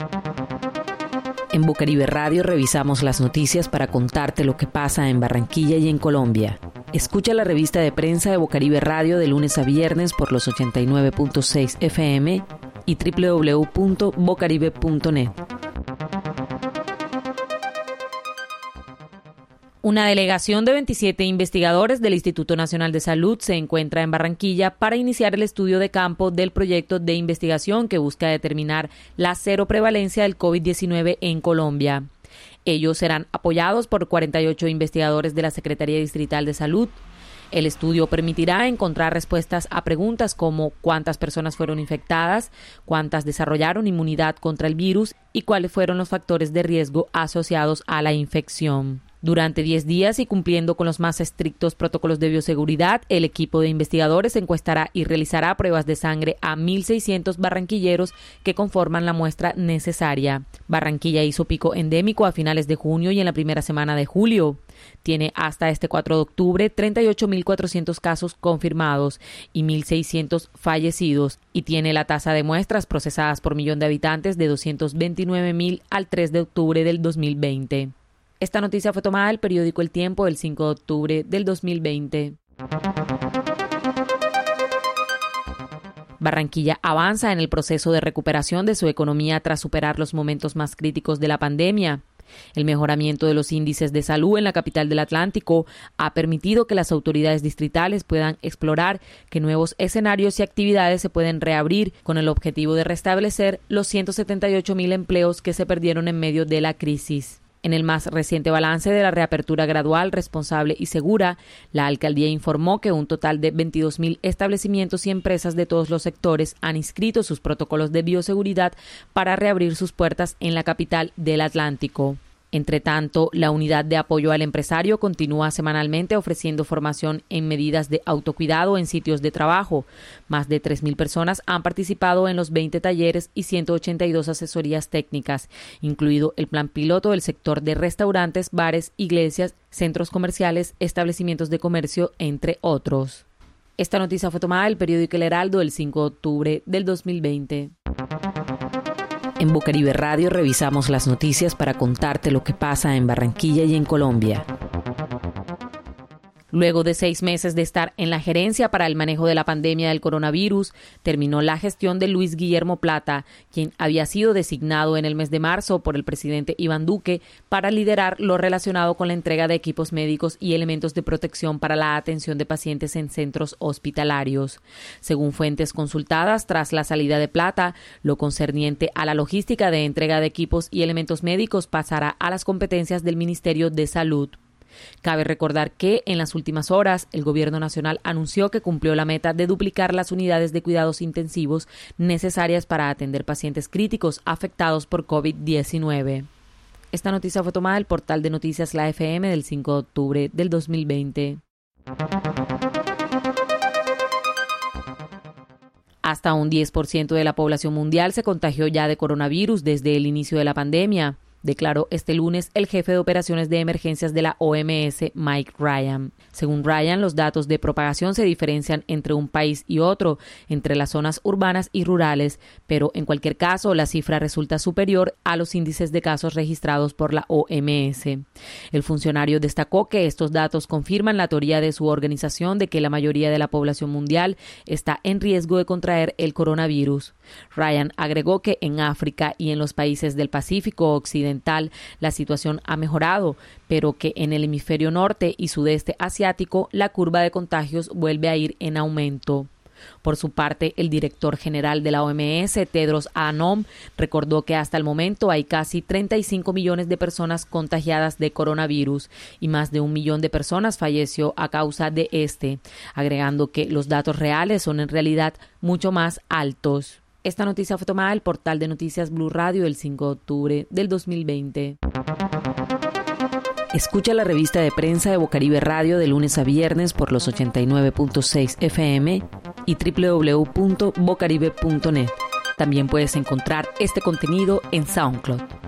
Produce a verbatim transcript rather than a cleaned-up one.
En Bocaribe Radio revisamos las noticias para contarte lo que pasa en Barranquilla y en Colombia. Escucha la revista de prensa de Bocaribe Radio de lunes a viernes por los ochenta y nueve punto seis F M y doble u doble u doble u punto bocaribe punto net. Una delegación de veintisiete investigadores del Instituto Nacional de Salud se encuentra en Barranquilla para iniciar el estudio de campo del proyecto de investigación que busca determinar la cero prevalencia del COVID diecinueve en Colombia. Ellos serán apoyados por cuarenta y ocho investigadores de la Secretaría Distrital de Salud. El estudio permitirá encontrar respuestas a preguntas como cuántas personas fueron infectadas, cuántas desarrollaron inmunidad contra el virus y cuáles fueron los factores de riesgo asociados a la infección. Durante diez días y cumpliendo con los más estrictos protocolos de bioseguridad, el equipo de investigadores encuestará y realizará pruebas de sangre a mil seiscientos barranquilleros que conforman la muestra necesaria. Barranquilla hizo pico endémico a finales de junio y en la primera semana de julio. Tiene hasta este cuatro de octubre treinta y ocho mil cuatrocientos casos confirmados y mil seiscientos fallecidos y tiene la tasa de muestras procesadas por millón de habitantes de doscientos veintinueve mil al tres de octubre del dos mil veinte. Esta noticia fue tomada del periódico El Tiempo el cinco de octubre del dos mil veinte. Barranquilla avanza en el proceso de recuperación de su economía tras superar los momentos más críticos de la pandemia. El mejoramiento de los índices de salud en la capital del Atlántico ha permitido que las autoridades distritales puedan explorar qué nuevos escenarios y actividades se pueden reabrir con el objetivo de restablecer los ciento setenta y ocho mil empleos que se perdieron en medio de la crisis. En el más reciente balance de la reapertura gradual, responsable y segura, la alcaldía informó que un total de veintidós mil establecimientos y empresas de todos los sectores han inscrito sus protocolos de bioseguridad para reabrir sus puertas en la capital del Atlántico. Entre tanto, la unidad de apoyo al empresario continúa semanalmente ofreciendo formación en medidas de autocuidado en sitios de trabajo. Más de tres mil personas han participado en los veinte talleres y ciento ochenta y dos asesorías técnicas, incluido el plan piloto del sector de restaurantes, bares, iglesias, centros comerciales, establecimientos de comercio, entre otros. Esta noticia fue tomada del periódico El Heraldo el cinco de octubre del dos mil veinte. En Bocaribe Radio revisamos las noticias para contarte lo que pasa en Barranquilla y en Colombia. Luego de seis meses de estar en la gerencia para el manejo de la pandemia del coronavirus, terminó la gestión de Luis Guillermo Plata, quien había sido designado en el mes de marzo por el presidente Iván Duque para liderar lo relacionado con la entrega de equipos médicos y elementos de protección para la atención de pacientes en centros hospitalarios. Según fuentes consultadas tras la salida de Plata, lo concerniente a la logística de entrega de equipos y elementos médicos pasará a las competencias del Ministerio de Salud. Cabe recordar que en las últimas horas el Gobierno Nacional anunció que cumplió la meta de duplicar las unidades de cuidados intensivos necesarias para atender pacientes críticos afectados por COVID diecinueve. Esta noticia fue tomada del portal de noticias La F M del cinco de octubre del dos mil veinte. Hasta un diez por ciento de la población mundial se contagió ya de coronavirus desde el inicio de la pandemia, declaró este lunes el jefe de operaciones de emergencias de la O M S, Mike Ryan. Según Ryan, los datos de propagación se diferencian entre un país y otro, entre las zonas urbanas y rurales, pero en cualquier caso la cifra resulta superior a los índices de casos registrados por la O M S. El funcionario destacó que estos datos confirman la teoría de su organización de que la mayoría de la población mundial está en riesgo de contraer el coronavirus. Ryan agregó que en África y en los países del Pacífico Occidental la situación ha mejorado, pero que en el hemisferio norte y sudeste asiático la curva de contagios vuelve a ir en aumento. Por su parte, el director general de la O M S, Tedros Adhanom, recordó que hasta el momento hay casi treinta y cinco millones de personas contagiadas de coronavirus y más de un millón de personas falleció a causa de este, agregando que los datos reales son en realidad mucho más altos. Esta noticia fue tomada del portal de noticias Blue Radio el cinco de octubre del dos mil veinte. Escucha la revista de prensa de Bocaribe Radio de lunes a viernes por los ochenta y nueve punto seis F M y doble u doble u doble u punto bocaribe punto net. También puedes encontrar este contenido en SoundCloud.